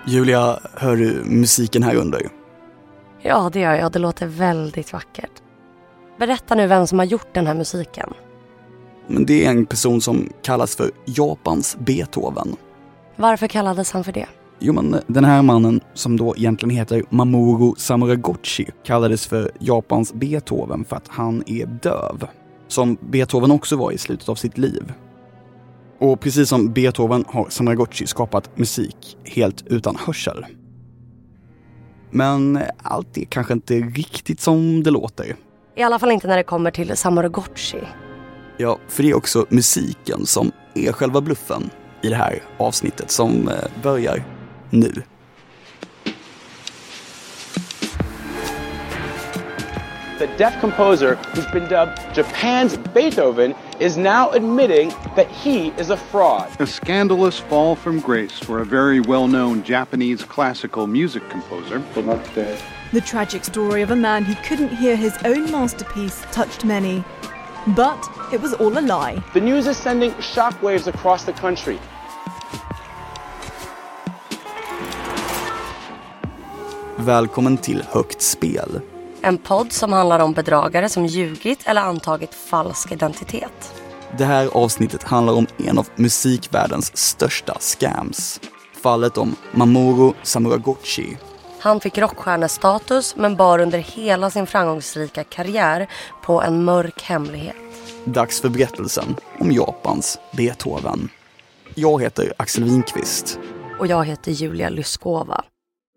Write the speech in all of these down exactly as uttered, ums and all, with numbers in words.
Julia, hör du musiken här under? Ja, det gör jag. Det låter väldigt vackert. Berätta nu vem som har gjort den här musiken. Men det är en person som kallas för Japans Beethoven. Varför kallades han för det? Jo, men den här mannen, som då egentligen heter Mamoru Samuraguchi, kallades för Japans Beethoven för att han är döv. Som Beethoven också var i slutet av sitt liv. Och precis som Beethoven har Samuraguchi skapat musik helt utan hörsel. Men allt är kanske inte riktigt som det låter. I alla fall inte när det kommer till Samuraguchi. Ja, för det är också musiken som är själva bluffen i det här avsnittet som börjar nu. The deaf composer who's been dubbed Japan's Beethoven is now admitting that he is a fraud. A scandalous fall from grace for a very well-known Japanese classical music composer. The tragic story of a man who couldn't hear his own masterpiece touched many. But it was all a lie. The news is sending shockwaves across the country. Välkommen till Högt spel. En podd som handlar om bedragare som ljugit eller antagit falsk identitet. Det här avsnittet handlar om en av musikvärldens största scams. Fallet om Mamoru Samuraguchi. Han fick rockstjärnestatus men bar under hela sin framgångsrika karriär på en mörk hemlighet. Dags för berättelsen om Japans Beethoven. Jag heter Axel Winqvist. Och jag heter Julia Lyskova.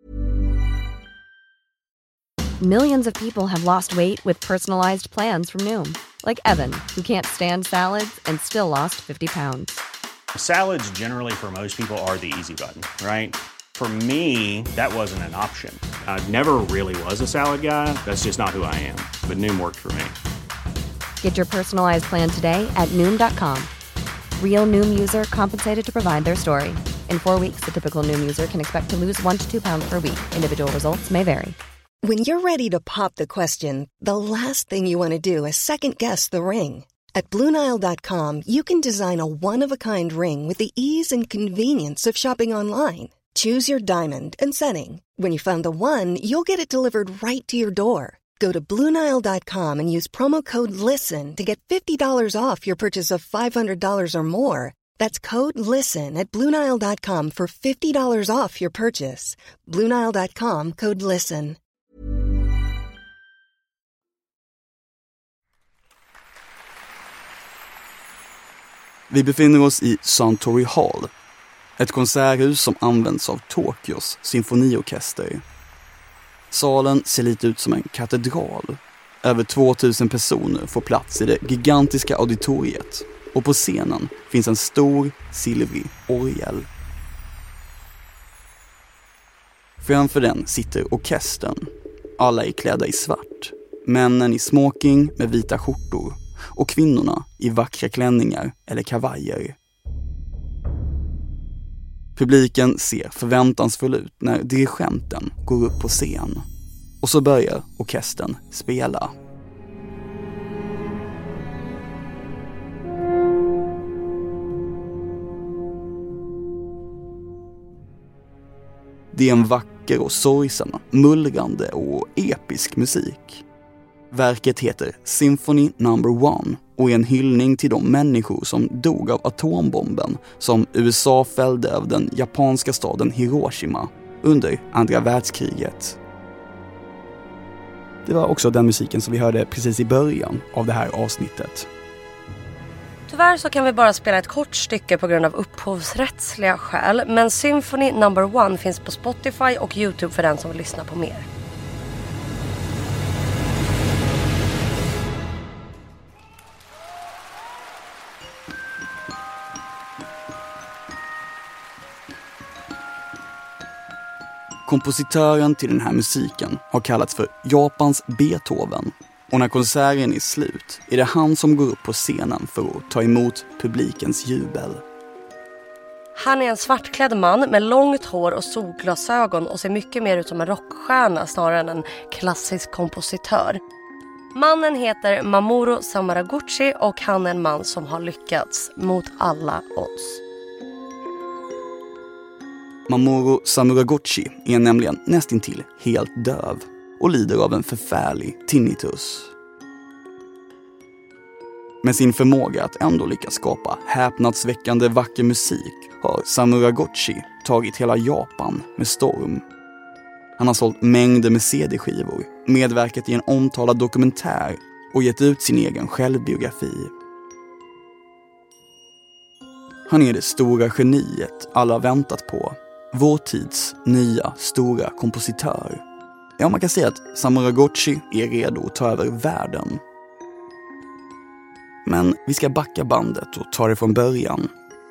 Millions of people have lost weight with personalized plans from Noom. Like Evan, who can't stand salads and still lost fifty pounds. Salads generally for most people are the easy button, right? For me, that wasn't an option. I never really was a salad guy. That's just not who I am. But Noom worked for me. Get your personalized plan today at Noom dot com. Real Noom user compensated to provide their story. In four weeks, the typical Noom user can expect to lose one to two pounds per week. Individual results may vary. When you're ready to pop the question, the last thing you want to do is second-guess the ring. At Blue Nile dot com, you can design a one-of-a-kind ring with the ease and convenience of shopping online. Choose your diamond and setting. When you find the one, you'll get it delivered right to your door. Go to Blue Nile dot com and use promo code LISTEN to get fifty dollars off your purchase of five hundred dollars or more. That's code LISTEN at Blue Nile dot com for fifty dollars off your purchase. Blue Nile dot com, code LISTEN. Vi befinner oss i Suntory Hall, ett konserthus som används av Tokyos symfoniorkester. Salen ser lite ut som en katedral. Över tvåtusen personer får plats i det gigantiska auditoriet och på scenen finns en stor silvrig orgel. Framför den sitter orkestern. Alla är klädda i svart. Männen i smoking med vita skjortor och kvinnorna i vackra klänningar eller kavajer. Publiken ser förväntansfull ut när dirigenten går upp på scen. Och så börjar orkestern spela. Det är en vacker och sorgsen, mullrande och episk musik. Verket heter Symphony number one och är en hyllning till de människor som dog av atombomben som U S A fällde över den japanska staden Hiroshima under andra världskriget. Det var också den musiken som vi hörde precis i början av det här avsnittet. Tyvärr så kan vi bara spela ett kort stycke på grund av upphovsrättsliga skäl, men Symphony number one finns på Spotify och YouTube för den som vill lyssna på mer. Kompositören till den här musiken har kallats för Japans Beethoven. Och när konserten är slut är det han som går upp på scenen för att ta emot publikens jubel. Han är en svartklädd man med långt hår och solglasögon och ser mycket mer ut som en rockstjärna snarare än en klassisk kompositör. Mannen heter Mamoru Samuraguchi och han är en man som har lyckats mot alla odds. Mamoru Samuraguchi är nämligen nästintill helt döv och lider av en förfärlig tinnitus. Med sin förmåga att ändå lyckas skapa häpnadsväckande vacker musik har Samuraguchi tagit hela Japan med storm. Han har sålt mängder med C D-skivor, medverkat i en omtalad dokumentär och gett ut sin egen självbiografi. Han är det stora geniet alla väntat på. Vår tids nya stora kompositör. Ja, man kan säga att Samuraguchi är redo att ta över världen. Men vi ska backa bandet och ta det från början.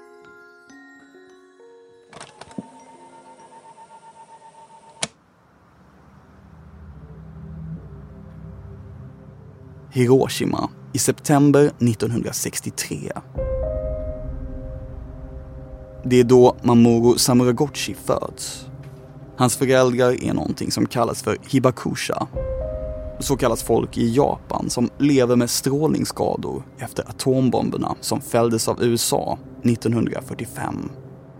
Hiroshima i september nittonhundrasextiotre. Det är då Mamoru Samuraguchi föds. Hans föräldrar är någonting som kallas för hibakusha. Så kallas folk i Japan som lever med strålningsskador efter atombomberna som fälldes av U S A nittonhundrafyrtiofem.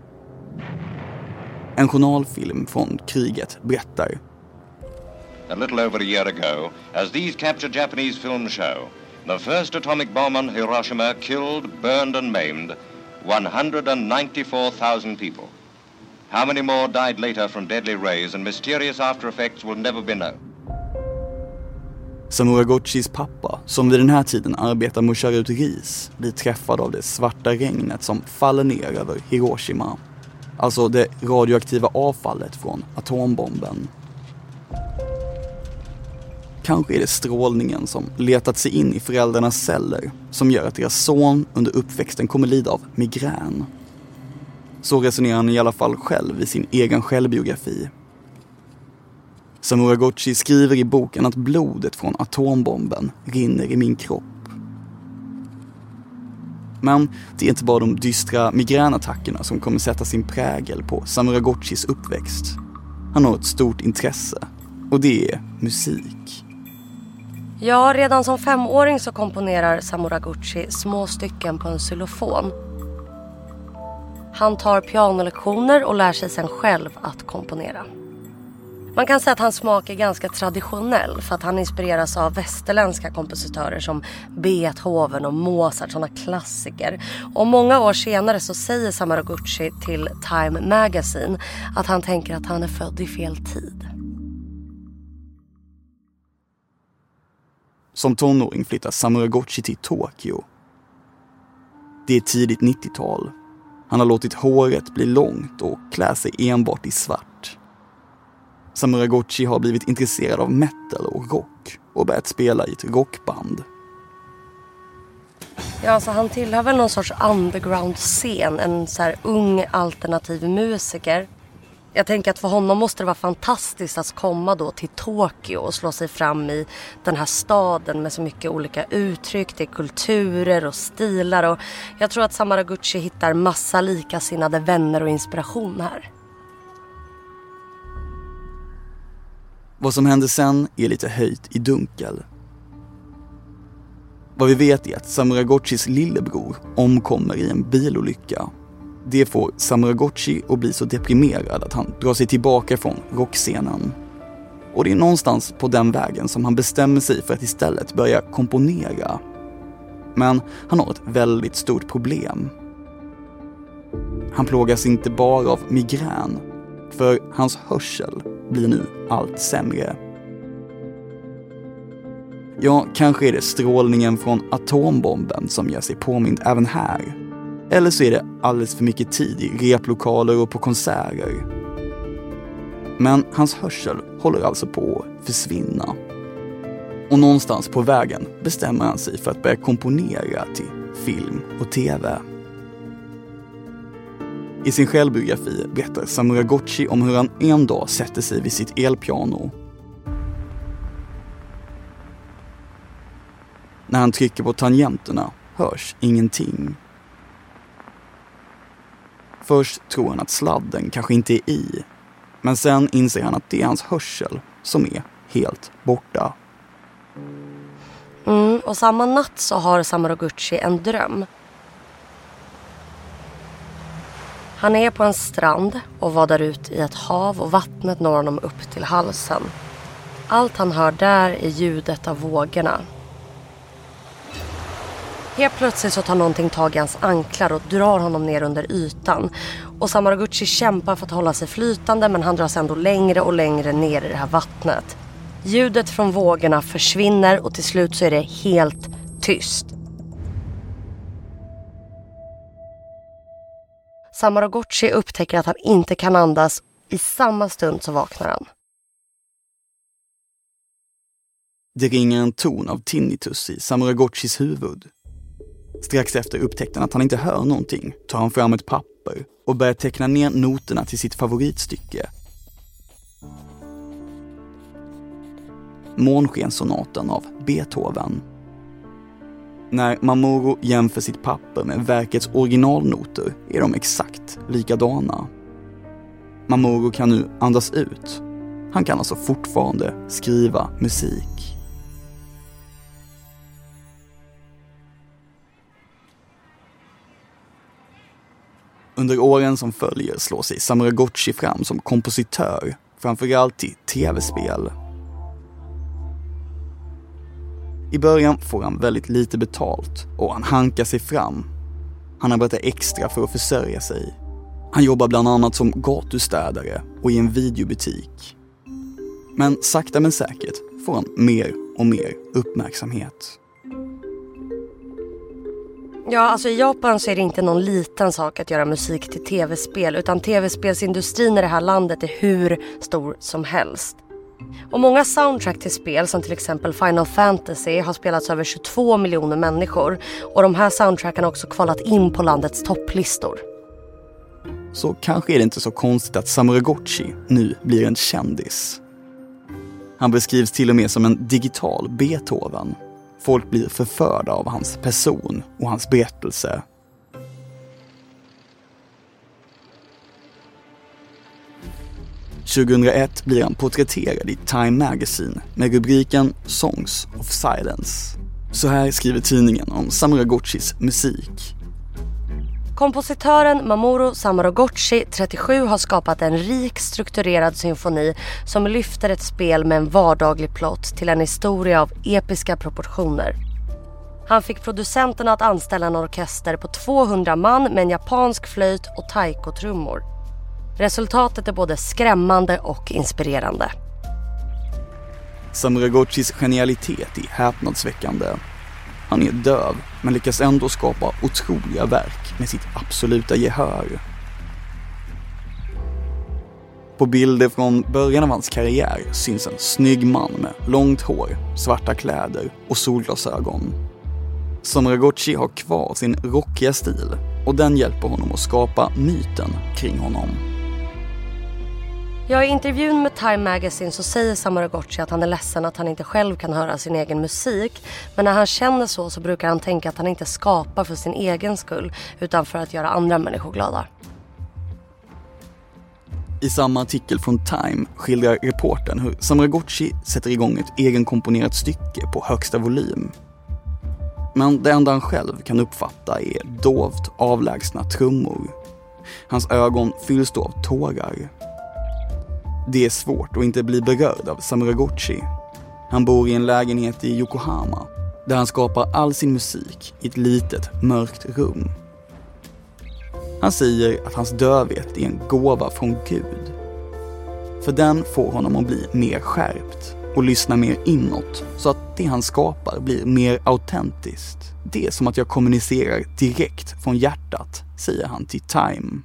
En journalfilm från kriget berättar: A little over a year ago, as these captured Japanese films show, the first atomic bomb on Hiroshima killed, burned and maimed one hundred ninety-four thousand people. How many more died later from deadly rays and mysterious after effects will never be known. Samuraguchis pappa, som vid den här tiden arbetar med att köra ut ris, blir träffad av det svarta regnet som faller ner över Hiroshima. Alltså det radioaktiva avfallet från atombomben. Kanske är det strålningen som letat sig in i föräldrarnas celler som gör att deras son under uppväxten kommer lida av migrän. Så resonerar han i alla fall själv i sin egen självbiografi. Samuraguchi skriver i boken att blodet från atombomben rinner i min kropp. Men det är inte bara de dystra migränattackerna som kommer sätta sin prägel på Samuraguchis uppväxt. Han har ett stort intresse, och det är musik. Ja, redan som femåring så komponerar Samuraguchi små stycken på en xylofon. Han tar pianolektioner och lär sig sen själv att komponera. Man kan säga att hans smak är ganska traditionell för att han inspireras av västerländska kompositörer som Beethoven och Mozart, sådana klassiker. Och många år senare så säger Samuraguchi till Time Magazine att han tänker att han är född i fel tid. Som tonåring flyttar Samuraguchi till Tokyo. Det är tidigt nittiotal. Han har låtit håret bli långt och klär sig enbart i svart. Samuraguchi har blivit intresserad av metal och rock och börjat spela i ett rockband. Ja, alltså han tillhör väl någon sorts underground-scen, en så här ung alternativ musiker. Jag tänker att för honom måste det vara fantastiskt att komma då till Tokyo och slå sig fram i den här staden med så mycket olika uttryck, det är kulturer och stilar. Och jag tror att Samuraguchi hittar massa likasinnade vänner och inspiration här. Vad som hände sen är lite höjt i dunkel. Vad vi vet är att Samuraguchis lillebror omkommer i en bilolycka. Det får Samuraguchi att bli så deprimerad att han drar sig tillbaka från rockscenen. Och det är någonstans på den vägen som han bestämmer sig för att istället börja komponera. Men han har ett väldigt stort problem. Han plågas inte bara av migrän, för hans hörsel blir nu allt sämre. Ja, kanske är det strålningen från atombomben som gör sig påmind även här. Eller så är det alldeles för mycket tid i replokaler och på konserter. Men hans hörsel håller alltså på att försvinna. Och någonstans på vägen bestämmer han sig för att börja komponera till film och tv. I sin självbiografi berättar Samuraguchi om hur han en dag sätter sig vid sitt elpiano. När han trycker på tangenterna hörs ingenting. Först tror han att sladden kanske inte är i, men sen inser han att det är hans hörsel som är helt borta. Mm, och samma natt så har Samuraguchi en dröm. Han är på en strand och vadar ut i ett hav och vattnet når honom upp till halsen. Allt han hör där är ljudet av vågorna. Helt plötsligt så tar någonting tag i hans anklar och drar honom ner under ytan. Och Samaranguchi kämpar för att hålla sig flytande, men han dras ändå längre och längre ner i det här vattnet. Ljudet från vågorna försvinner och till slut så är det helt tyst. Samaranguchi upptäcker att han inte kan andas. I samma stund så vaknar han. Det ringer en ton av tinnitus i Samaranguchis huvud. Strax efter upptäckte han att han inte hör någonting, tar han fram ett papper och börjar teckna ner noterna till sitt favoritstycke. Månskensonaten av Beethoven. När Mamoru jämför sitt papper med verkets originalnoter är de exakt likadana. Mamoru kan nu andas ut. Han kan alltså fortfarande skriva musik. Under åren som följer slår sig Samaranguchi fram som kompositör, framförallt i tv-spel. I början får han väldigt lite betalt och han hankar sig fram. Han arbetar extra för att försörja sig. Han jobbar bland annat som gatustädare och i en videobutik. Men sakta men säkert får han mer och mer uppmärksamhet. Ja, alltså i Japan så är det inte någon liten sak att göra musik till tv-spel, utan tv-spelsindustrin i det här landet är hur stor som helst. Och många soundtrack till spel, som till exempel Final Fantasy, har spelats över tjugotvå miljoner människor. Och de här soundtracken har också kvalat in på landets topplistor. Så kanske är det inte så konstigt att Samaranguchi nu blir en kändis. Han beskrivs till och med som en digital Beethoven. Folk blir förförda av hans person och hans berättelse. tjugohundraett blir han porträtterad i Time Magazine med rubriken Songs of Silence. Så här skriver tidningen om Samaranguchis musik. Kompositören Mamoru Samaranguchi, trettiosju, har skapat en rik strukturerad symfoni som lyfter ett spel med en vardaglig plott till en historia av episka proportioner. Han fick producenterna att anställa en orkester på tvåhundra man med en japansk flöjt och taiko-trummor. Resultatet är både skrämmande och inspirerande. Samaranguchis genialitet är häpnadsväckande. Han är döv men lyckas ändå skapa otroliga verk med sitt absoluta gehör. På bilder från början av hans karriär syns en snygg man med långt hår, svarta kläder och solglasögon. Samaranguchi har kvar sin rockiga stil och den hjälper honom att skapa myten kring honom. Ja, i intervjun med Time Magazine så säger Samaranguchi att han är ledsen att han inte själv kan höra sin egen musik. Men när han känner så så brukar han tänka att han inte skapar för sin egen skull utan för att göra andra människor glada. I samma artikel från Time skildrar reportern hur Samaranguchi sätter igång ett egenkomponerat stycke på högsta volym. Men det enda han själv kan uppfatta är dovt avlägsna trummor. Hans ögon fylls då av tårar. Det är svårt att inte bli berörd av Samaranguchi. Han bor i en lägenhet i Yokohama där han skapar all sin musik i ett litet, mörkt rum. Han säger att hans dövhet är en gåva från Gud. För den får honom att bli mer skärpt och lyssna mer inåt så att det han skapar blir mer autentiskt. Det är som att jag kommunicerar direkt från hjärtat, säger han till Time.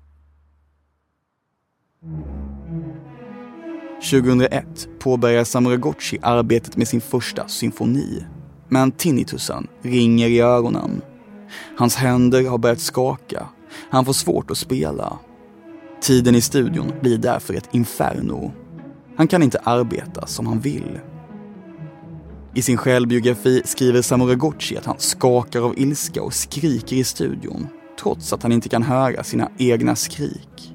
tjugohundraett påbörjar Samaranguchi arbetet med sin första symfoni. Men tinnitusen ringer i öronen. Hans händer har börjat skaka. Han får svårt att spela. Tiden i studion blir därför ett inferno. Han kan inte arbeta som han vill. I sin självbiografi skriver Samaranguchi att han skakar av ilska och skriker i studion, trots att han inte kan höra sina egna skrik.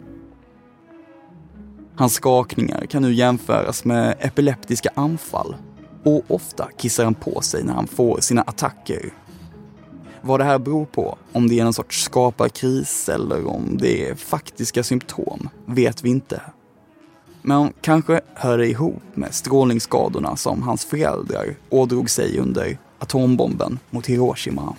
Hans skakningar kan nu jämföras med epileptiska anfall och ofta kissar han på sig när han får sina attacker. Vad det här beror på, om det är en sorts skaparkris eller om det är faktiska symptom, vet vi inte. Men kanske hör det ihop med strålningsskadorna som hans föräldrar ådrog sig under atombomben mot Hiroshima.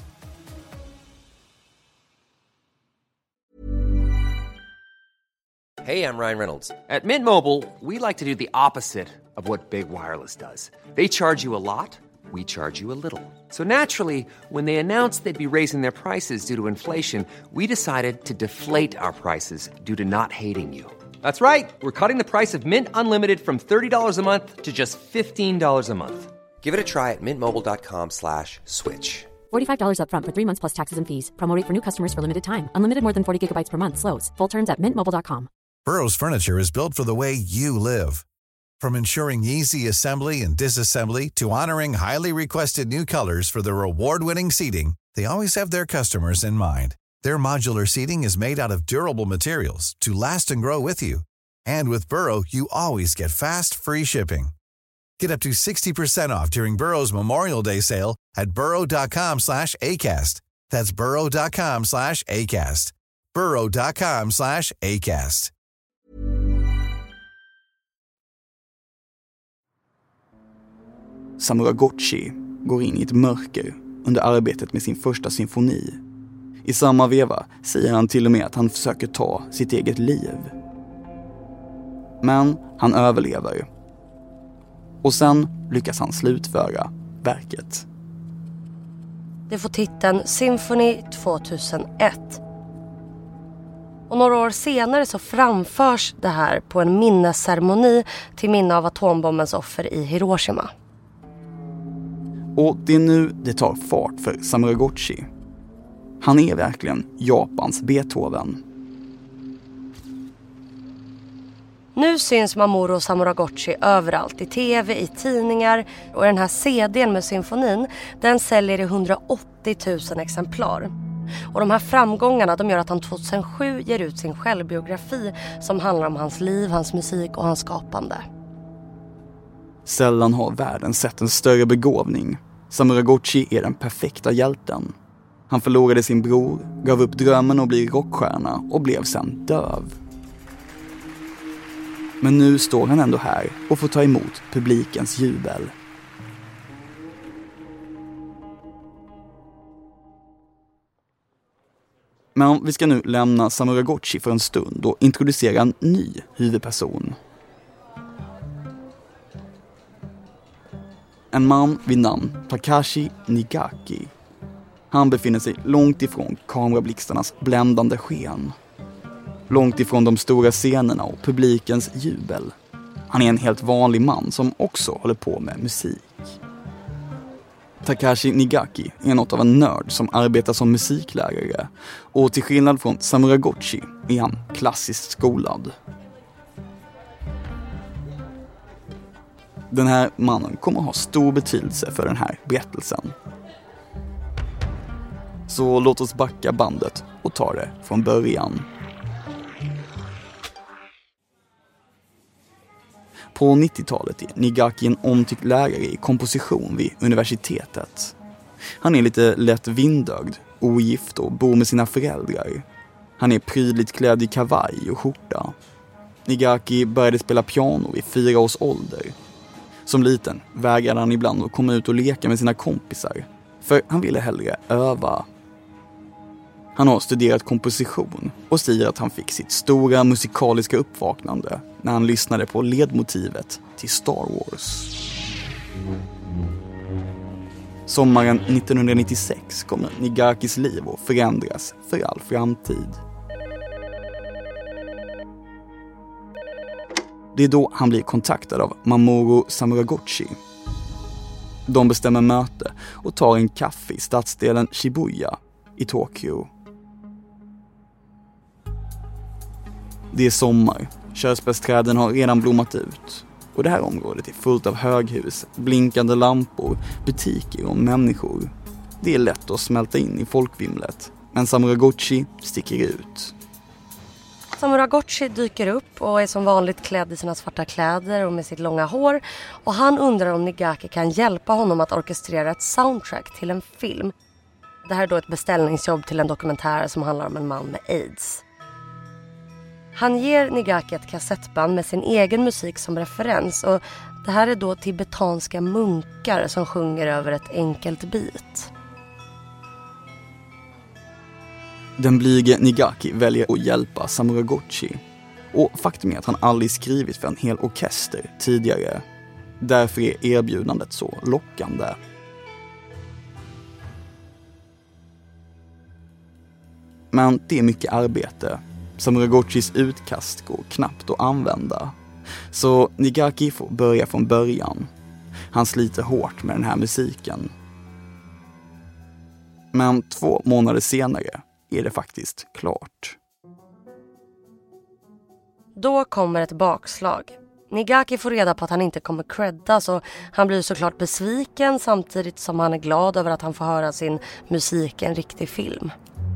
Hey, I'm Ryan Reynolds. At Mint Mobile, we like to do the opposite of what Big Wireless does. They charge you a lot, we charge you a little. So naturally, when they announced they'd be raising their prices due to inflation, we decided to deflate our prices due to not hating you. That's right. We're cutting the price of Mint Unlimited from thirty dollars a month to just fifteen dollars a month. Give it a try at mintmobile.com slash switch. forty-five dollars up front for three months plus taxes and fees. Promo rate for new customers for limited time. Unlimited more than forty gigabytes per month. Slows full terms at mint mobile dot com. Burrow's furniture is built for the way you live. From ensuring easy assembly and disassembly to honoring highly requested new colors for their award-winning seating, they always have their customers in mind. Their modular seating is made out of durable materials to last and grow with you. And with Burrow, you always get fast, free shipping. Get up to sixty percent off during Burrow's Memorial Day sale at burrow.com slash ACAST. That's burrow.com slash ACAST. burrow.com slash ACAST. Samuragochi går in i ett mörker under arbetet med sin första symfoni. I samma veva säger han till och med att han försöker ta sitt eget liv. Men han överlever. Och sen lyckas han slutföra verket. Det får titeln Symphony tvåtusenett. Och några år senare så framförs det här på en minnesceremoni till minne av atombombens offer i Hiroshima. Och det är nu det tar fart för Samuragochi. Han är verkligen Japans Beethoven. Nu syns Mamoru Samuragochi överallt, i tv, i tidningar, och den här C D:n med symfonin, den säljer i hundraåttio tusen exemplar. Och de här framgångarna, de gör att han tjugohundrasju ger ut sin självbiografi som handlar om hans liv, hans musik och hans skapande. Sällan har världen sett en större begåvning. Samuragochi är den perfekta hjälten. Han förlorade sin bror, gav upp drömmen att bli rockstjärna och blev sen döv. Men nu står han ändå här och får ta emot publikens jubel. Men vi ska nu lämna Samuragochi för en stund och introducera en ny huvudperson. En man vid namn Takashi Nigaki. Han befinner sig långt ifrån kamerablixtarnas bländande sken. Långt ifrån de stora scenerna och publikens jubel. Han är en helt vanlig man som också håller på med musik. Takashi Nigaki är något av en nörd som arbetar som musiklärare. Och till skillnad från Samuragochi är han klassiskt skolad. Den här mannen kommer att ha stor betydelse för den här berättelsen. Så låt oss backa bandet och ta det från början. På nittiotalet är Nigaki en omtyckt lärare i komposition vid universitetet. Han är lite lätt vindögd, ogift och bor med sina föräldrar. Han är prydligt klädd i kavaj och skjorta. Nigaki började spela piano vid fyra års ålder. Som liten vägrade han ibland att komma ut och leka med sina kompisar, för han ville hellre öva. Han har studerat komposition och säger att han fick sitt stora musikaliska uppvaknande när han lyssnade på ledmotivet till Star Wars. Sommaren nittonhundranittiosex kommer Nigakis liv att förändras för all framtid. Det är då han blir kontaktad av Mamoru Samuragochi. De bestämmer möte och tar en kaffe i stadsdelen Shibuya i Tokyo. Det är sommar. Körsbärsträden har redan blommat ut. Och det här området är fullt av höghus, blinkande lampor, butiker och människor. Det är lätt att smälta in i folkvimlet. Men Samuragochi sticker ut. Samuragochi dyker upp och är som vanligt klädd i sina svarta kläder och med sitt långa hår. Och han undrar om Nigaki kan hjälpa honom att orkestrera ett soundtrack till en film. Det här är då ett beställningsjobb till en dokumentär som handlar om en man med AIDS. Han ger Nigaki ett kassettband med sin egen musik som referens, och det här är då tibetanska munkar som sjunger över ett enkelt beat. Den blyge Nigaki väljer att hjälpa Samuragochi. Och faktum är att han aldrig skrivit för en hel orkester tidigare. Därför är erbjudandet så lockande. Men det är mycket arbete. Samuragochis utkast går knappt att använda. Så Nigaki får börja från början. Han sliter hårt med den här musiken. Men två månader senare är det faktiskt klart. Då kommer ett bakslag. Nigaki får reda på att han inte kommer creddas, och han blir såklart besviken samtidigt som han är glad över att han får höra sin musik i en riktig film.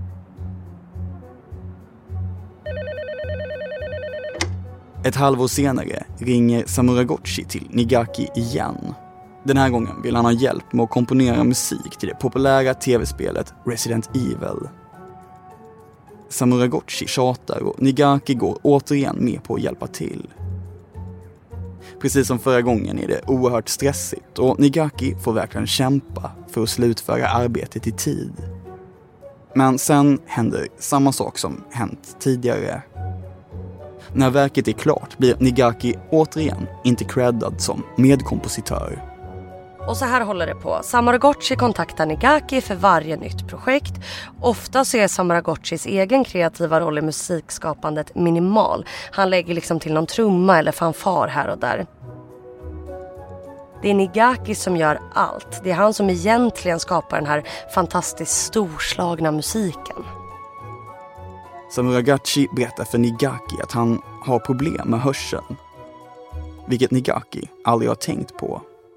Ett halvår senare ringer Samuragochi till Nigaki igen. Den här gången vill han ha hjälp med att komponera musik till det populära tv-spelet Resident Evil. Samuragochi tjatar och Nigaki går återigen med på att hjälpa till. Precis som förra gången är det oerhört stressigt och Nigaki får verkligen kämpa för att slutföra arbetet i tid. Men sen händer samma sak som hänt tidigare. När verket är klart blir Nigaki återigen inte creddad som medkompositör. Och så här håller det på. Samuragochi kontaktar Nigaki för varje nytt projekt. Ofta så är Samuragochis egen kreativa roll i musikskapandet minimal. Han lägger liksom till någon trumma eller fanfar här och där. Det är Nigaki som gör allt. Det är han som egentligen skapar den här fantastiskt storslagna musiken. Samuragochi berättar för Nigaki att han har problem med hörseln. Vilket Nigaki aldrig har tänkt på.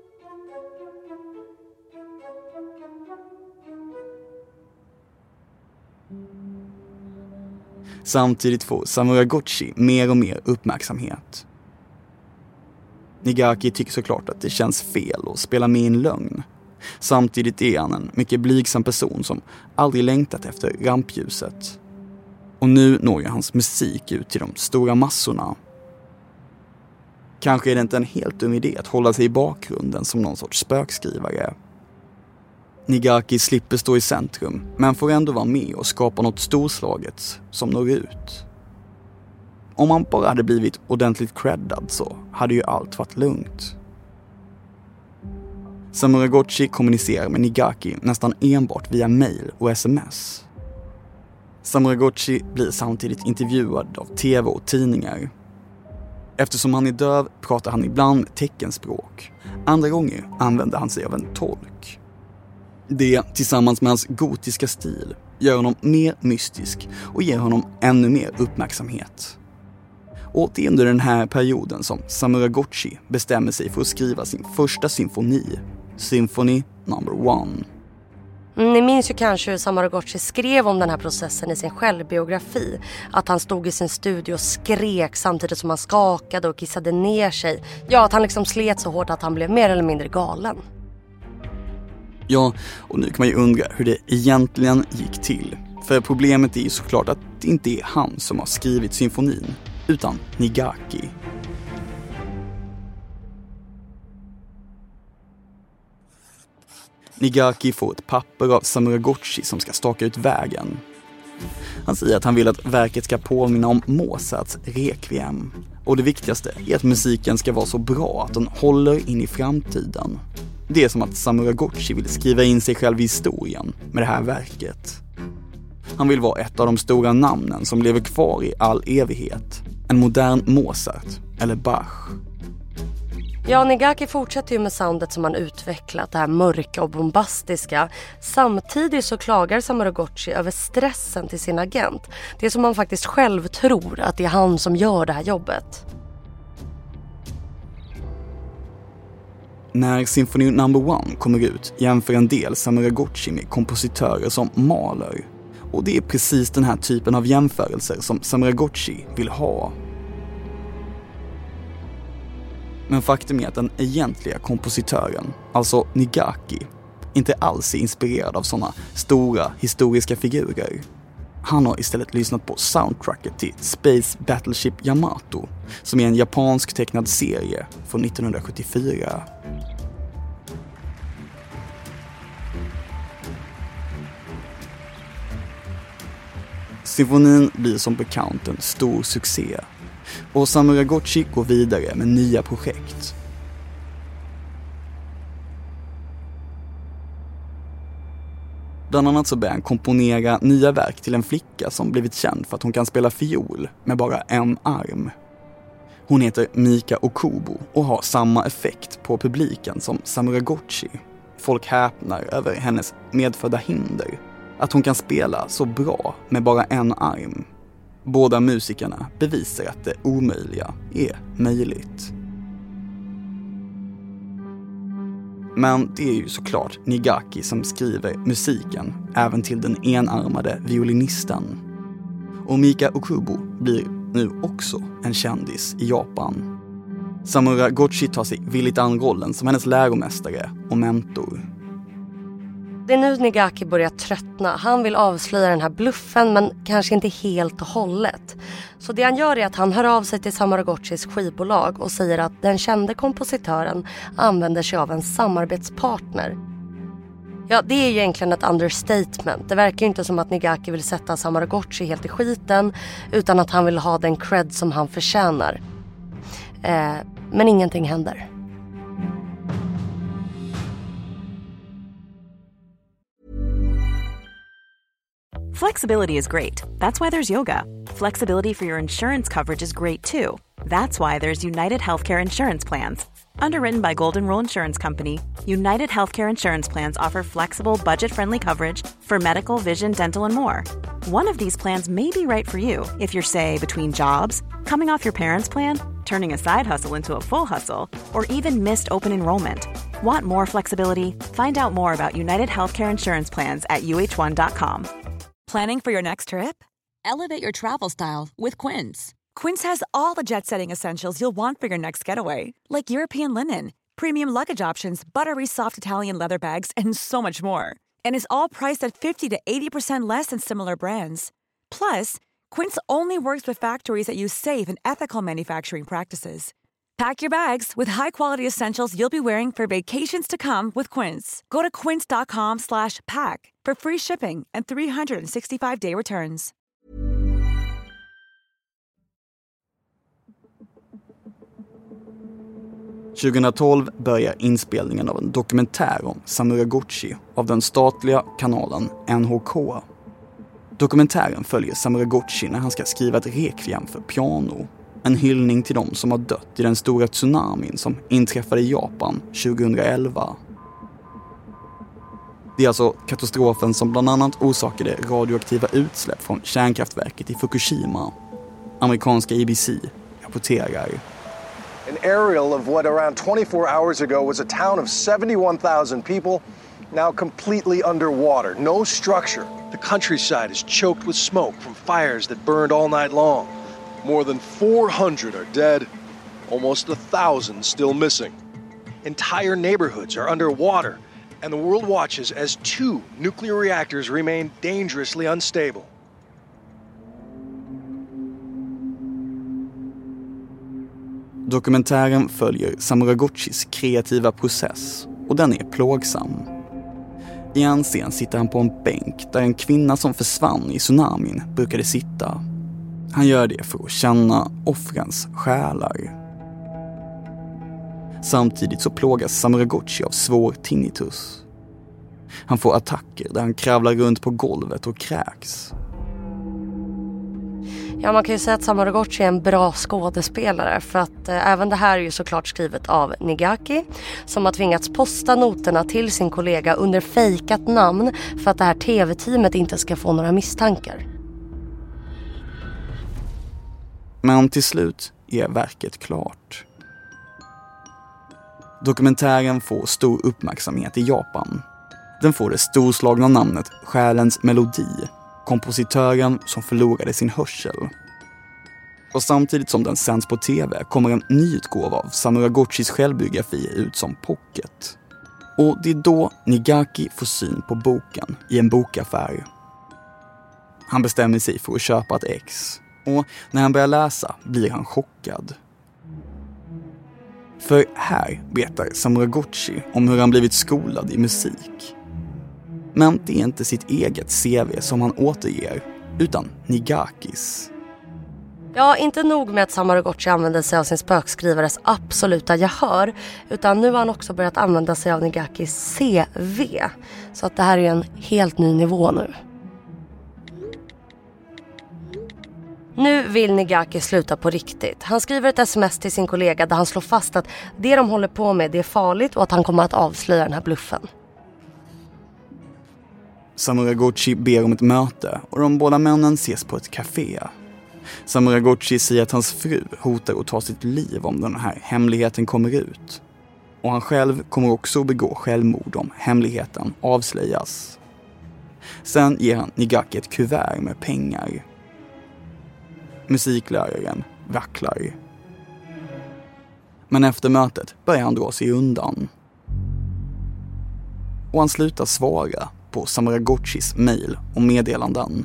Samtidigt får Samuragochi mer och mer uppmärksamhet. Nigaki tycker såklart att det känns fel att spela med en lögn. Samtidigt är han en mycket blygsam person som aldrig längtat efter rampljuset. Och nu når ju hans musik ut till de stora massorna. Kanske är det inte en helt dum idé att hålla sig i bakgrunden som någon sorts spökskrivare. Nigaki slipper stå i centrum, men får ändå vara med och skapa något storslaget som når ut. Om han bara hade blivit ordentligt creddad så hade ju allt varit lugnt. Samuragochi kommunicerar med Nigaki nästan enbart via mail och sms. Samuragochi blir samtidigt intervjuad av tv och tidningar. Eftersom han är döv pratar han ibland teckenspråk. Andra gånger använder han sig av en tolk. Det, tillsammans med hans gotiska stil, gör honom mer mystisk och ger honom ännu mer uppmärksamhet. Och det är under den här perioden som Samuragochi bestämmer sig för att skriva sin första symfoni, Symphony number one. Ni minns ju kanske hur Samuragochi skrev om den här processen i sin självbiografi. Att han stod i sin studio och skrek samtidigt som han skakade och kissade ner sig. Ja, att han liksom slet så hårt att han blev mer eller mindre galen. Ja, och nu kan man ju undra hur det egentligen gick till. För problemet är ju såklart att det inte är han som har skrivit symfonin, utan Nigaki. Nigaki får ett papper av Samuragochi som ska staka ut vägen. Han säger att han vill att verket ska påminna om Mozarts Requiem. Och det viktigaste är att musiken ska vara så bra att den håller in i framtiden. Det är som att Samuragochi vill skriva in sig själv i historien med det här verket. Han vill vara ett av de stora namnen som lever kvar i all evighet. En modern Mozart eller Bach. Ja, Nigaki fortsätter ju med soundet som han utvecklat, det här mörka och bombastiska. Samtidigt så klagar Samuragochi över stressen till sin agent. Det är som han faktiskt själv tror att det är han som gör det här jobbet. När Symphony number one kommer ut jämför en del Samuragochi med kompositörer som maler. Och det är precis den här typen av jämförelser som Samuragochi vill ha. Men faktum är att den egentliga kompositören, alltså Nigaki, inte alls är inspirerad av sådana stora historiska figurer. Han har istället lyssnat på soundtracket till Space Battleship Yamato, som är en japansk tecknad serie från nittonhundrasjuttiofyra. Symfonin blir som bekant en stor succé och Samuragochi går vidare med nya projekt. Bland annat så börjar han komponera nya verk till en flicka som blivit känd för att hon kan spela fiol med bara en arm. Hon heter Mika Okubo och har samma effekt på publiken som Samuragochi. Folk häpnar över hennes medfödda hinder, att hon kan spela så bra med bara en arm. Båda musikerna bevisar att det omöjliga är möjligt. Men det är ju såklart Nigaki som skriver musiken även till den enarmade violinisten. Och Mika Okubo blir nu också en kändis i Japan. Samuragochi tar sig villigt an rollen som hennes läromästare och mentor. Det är nu Nigaki börjar tröttna. Han vill avslöja den här bluffen, men kanske inte helt och hållet. Så det han gör är att han hör av sig till Samuragochis skivbolag och säger att den kände kompositören använder sig av en samarbetspartner. Ja, det är ju egentligen ett understatement. Det verkar ju inte som att Nigaki vill sätta Samuragochi helt i skiten, utan att han vill ha den cred som han förtjänar. Eh, men ingenting händer. Flexibility is great. That's why there's yoga. Flexibility for your insurance coverage is great too. That's why there's United Healthcare Insurance Plans. Underwritten by Golden Rule Insurance Company, United Healthcare Insurance Plans offer flexible, budget-friendly coverage for medical, vision, dental, and more. One of these plans may be right for you if you're, say, between jobs, coming off your parents' plan, turning a side hustle into a full hustle, or even missed open enrollment. Want more flexibility? Find out more about United Healthcare Insurance Plans at U H one dot com. Planning for your next trip? Elevate your travel style with Quince. Quince has all the jet-setting essentials you'll want for your next getaway, like European linen, premium luggage options, buttery soft Italian leather bags, and so much more. And is all priced at fifty to eighty percent less than similar brands. Plus, Quince only works with factories that use safe and ethical manufacturing practices. Pack your bags with high-quality essentials you'll be wearing for vacations to come with Quince. Go to quince.com slash pack for free shipping and three sixty-five day returns. tjugohundratolv börjar inspelningen av en dokumentär om Samuragochi av den statliga kanalen N H K. Dokumentären följer Samuragochi när han ska skriva ett requiem för piano. En hyllning till dem som har dött i den stora tsunamin som inträffade i Japan tjugohundraelva. Det är alltså katastrofen som bland annat orsakade radioaktiva utsläpp från kärnkraftverket i Fukushima. Amerikanska A B C rapporterar. An aerial of what around twenty-four hours ago was a town of seventy-one thousand people, now completely underwater, no structure. The countryside is choked with smoke from fires that burned all night long. More than four hundred are dead, almost a thousand still missing. Entire neighborhoods are underwater, and the world watches as two nuclear reactors remain dangerously unstable. Dokumentären följer Samuragochis kreativa process och den är plågsam. I en scen sitter han på en bänk där en kvinna som försvann i tsunamin brukade sitta. Han gör det för att känna offrens själar. Samtidigt så plågas Samuragochi av svår tinnitus. Han får attacker där han kravlar runt på golvet och kräks. Ja, man kan ju säga att Samuragochi är en bra skådespelare, för att eh, även det här är ju såklart skrivet av Nigaki, som har tvingats posta noterna till sin kollega under fejkat namn för att det här tv-teamet inte ska få några misstankar. Men till slut är verket klart. Dokumentären får stor uppmärksamhet i Japan. Den får det storslagna namnet Själens melodi, kompositören som förlorade sin hörsel. Och samtidigt som den sänds på tv kommer en ny utgåva av Samuragochis självbiografi ut som pocket. Och det är då Nigaki får syn på boken i en bokaffär. Han bestämmer sig för att köpa ett ex. Och när han börjar läsa blir han chockad. För här berättar Samuraguchi om hur han blivit skolad i musik. Men det är inte sitt eget C V som han återger, utan Nigakis. Ja, inte nog med att Samuraguchi använde sig av sin spökskrivares absoluta gehör, utan nu har han också börjat använda sig av Nigakis C V. Så att det här är en helt ny nivå nu. Nu vill Nigaki sluta på riktigt. Han skriver ett sms till sin kollega där han slår fast att det de håller på med det är farligt och att han kommer att avslöja den här bluffen. Samuraguchi ber om ett möte och de båda männen ses på ett café. Samuraguchi säger att hans fru hotar att ta sitt liv om den här hemligheten kommer ut. Och han själv kommer också att begå självmord om hemligheten avslöjas. Sen ger han Nigaki ett kuvert med pengar. Musikläraren vacklar. Men efter mötet börjar han dra sig undan. Och han slutar svara på Samuraguchis mejl och meddelanden.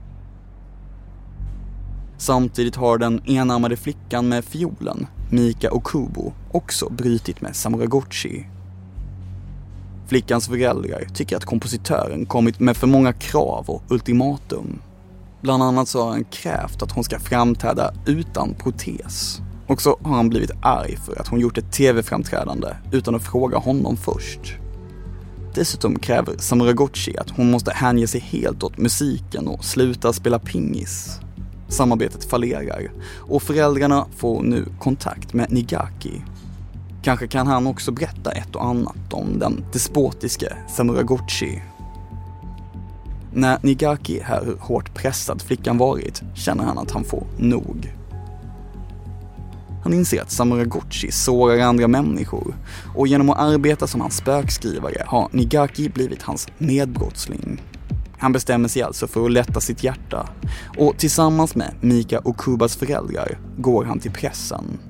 Samtidigt har den enarmade flickan med fiolen, Mika Okubo, också brytit med Samuraguchi. Flickans föräldrar tycker att kompositören kommit med för många krav och ultimatum. Bland annat så har han krävt att hon ska framträda utan protes. Och så har han blivit arg för att hon gjort ett tv-framträdande utan att fråga honom först. Dessutom kräver Samuraguchi att hon måste hänge sig helt åt musiken och sluta spela pingis. Samarbetet fallerar och föräldrarna får nu kontakt med Nigaki. Kanske kan han också berätta ett och annat om den despotiske Samuraguchi. När Nigaki hör hur hårt pressad flickan varit känner han att han får nog. Han inser att Samuraguchi sårar andra människor och genom att arbeta som hans spökskrivare har Nigaki blivit hans medbrottsling. Han bestämmer sig alltså för att lätta sitt hjärta och tillsammans med Mika Okubas föräldrar går han till pressen.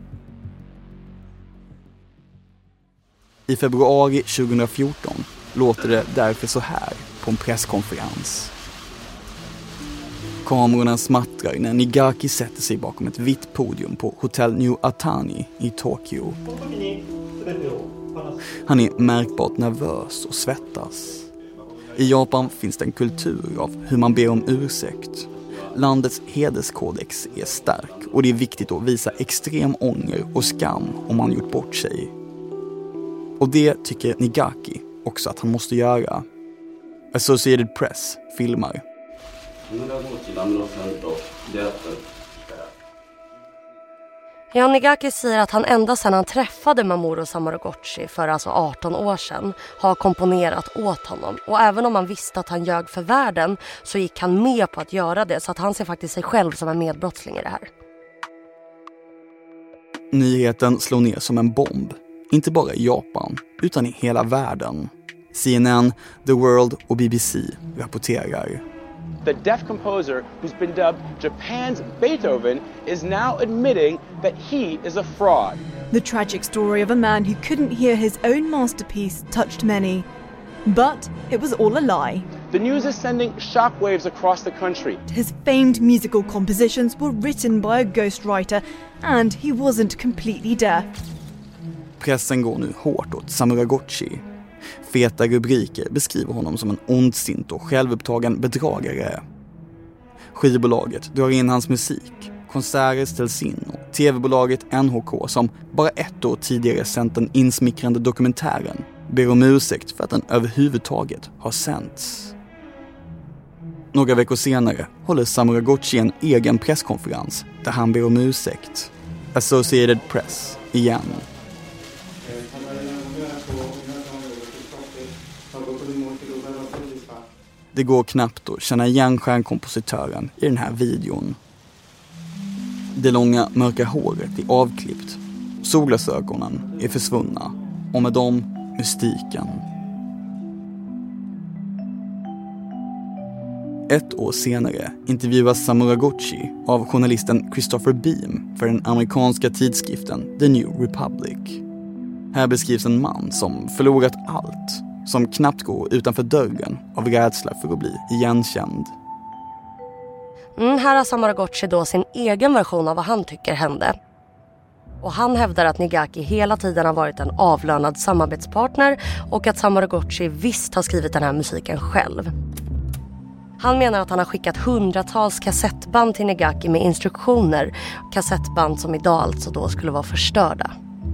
I februari tjugohundrafjorton låter det därför så här på en presskonferens. Kamerorna smattrar när Nigaki sätter sig bakom ett vitt podium på Hotel New Atani i Tokyo. Han är märkbart nervös och svettas. I Japan finns det en kultur av hur man ber om ursäkt. Landets hederskodex är stark och det är viktigt att visa extrem ånger och skam om man gjort bort sig. Och det tycker Nigaki också att han måste göra. Associated Press filmar. Ja, Nigaki säger att han ända sedan han träffade Mamoru Samuraguchi för alltså arton år sedan har komponerat åt honom. Och även om han visste att han ljög för världen så gick han med på att göra det, så att han ser faktiskt sig själv som en medbrottsling i det här. Nyheten slår ner som en bomb. Inte bara i Japan, utan i hela världen. C N N, The World och B B C rapporterar. The deaf composer who's been dubbed Japan's Beethoven is now admitting that he is a fraud. The tragic story of a man who couldn't hear his own masterpiece touched many. But it was all a lie. The news is sending shockwaves across the country. His famed musical compositions were written by a ghostwriter and he wasn't completely deaf. Pressen går nu hårt åt Samuraguchi. Feta rubriker beskriver honom som en ondsint och självupptagen bedragare. Skivbolaget drar in hans musik, konserter ställs in och tv-bolaget N H K, som bara ett år tidigare sänt den insmickrande dokumentären, ber om ursäkt för att den överhuvudtaget har sänts. Några veckor senare håller Samuraguchi en egen presskonferens där han ber om ursäkt. Associated Press igen. Det går knappt att känna igen stjärnkompositören i den här videon. Det långa mörka håret är avklippt. Solglasögonen är försvunna. Och med dem mystiken. Ett år senare intervjuas Samuraguchi av journalisten Christopher Beam för den amerikanska tidskriften The New Republic. Här beskrivs en man som förlorat allt, som knappt går utanför dörren av rädsla för att bli igenkänd. Mm, här har Samaraguchi då sin egen version av vad han tycker hände. Och han hävdar att Nigaki hela tiden har varit en avlönad samarbetspartner och att Samaraguchi visst har skrivit den här musiken själv. Han menar att han har skickat hundratals kassettband till Nigaki med instruktioner. Kassettband som idag alltså då skulle vara förstörda.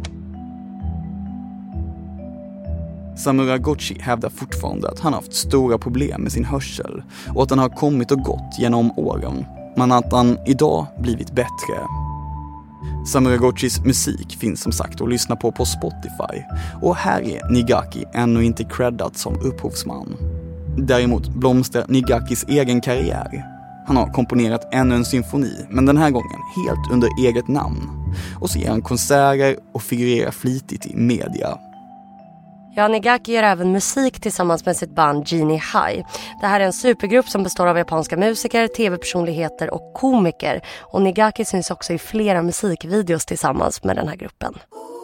Samaraguchi hävdar fortfarande att han har haft stora problem med sin hörsel och att han har kommit och gått genom åren, men att han idag blivit bättre. Samaraguchis musik finns som sagt att lyssna på på Spotify, och här är Nigaki ännu inte creddad som upphovsman. Däremot blomstrar Nigakis egen karriär. Han har komponerat ännu en symfoni, men den här gången helt under eget namn. Och så ger han konserter och figurerar flitigt i media. Ja, Nigaki gör även musik tillsammans med sitt band Genie High. Det här är en supergrupp som består av japanska musiker, tv-personligheter och komiker. Och Nigaki syns också i flera musikvideos tillsammans med den här gruppen.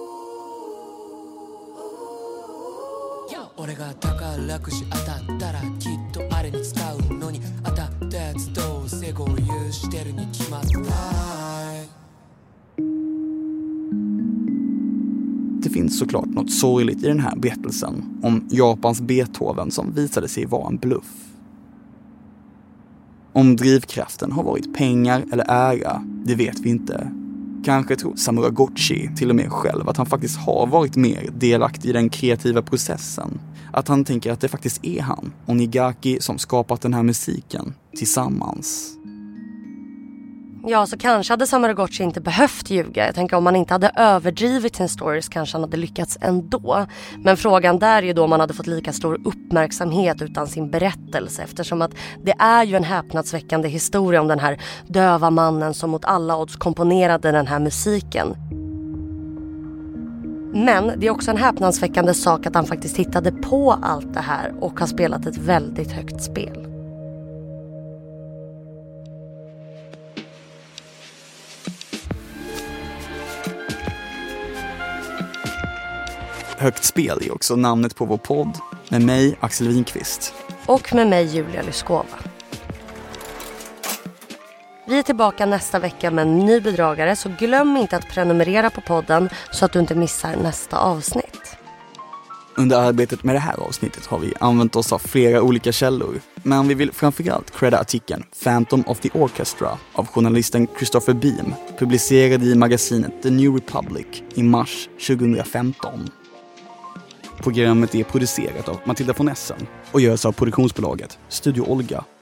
Det finns såklart något sorgligt i den här berättelsen om Japans Beethoven som visade sig vara en bluff. Om drivkraften har varit pengar eller ära, det vet vi inte. Kanske tror Samaraguchi till och med själv att han faktiskt har varit mer delaktig i den kreativa processen. Att han tänker att det faktiskt är han och Nigaki som skapat den här musiken tillsammans. Ja, så kanske hade Samaraguchi inte behövt ljuga. Jag tänker om man inte hade överdrivit sin stories kanske han hade lyckats ändå. Men frågan där är ju då om man hade fått lika stor uppmärksamhet utan sin berättelse. Eftersom att det är ju en häpnadsväckande historia om den här döva mannen som mot alla odds komponerade den här musiken. Men det är också en häpnadsväckande sak att han faktiskt hittade på allt det här och har spelat ett väldigt högt spel. Högt spel är också namnet på vår podd med mig, Axel Winqvist. Och med mig, Julia Lyskova. Vi är tillbaka nästa vecka med en ny bedragare, så glöm inte att prenumerera på podden så att du inte missar nästa avsnitt. Under arbetet med det här avsnittet har vi använt oss av flera olika källor, men vi vill framförallt credda artikeln Phantom of the Orchestra av journalisten Christopher Beam, publicerad i magasinet The New Republic i mars tjugohundrafemton. Programmet är producerat av Matilda von Essen och görs av produktionsbolaget Studio Olga.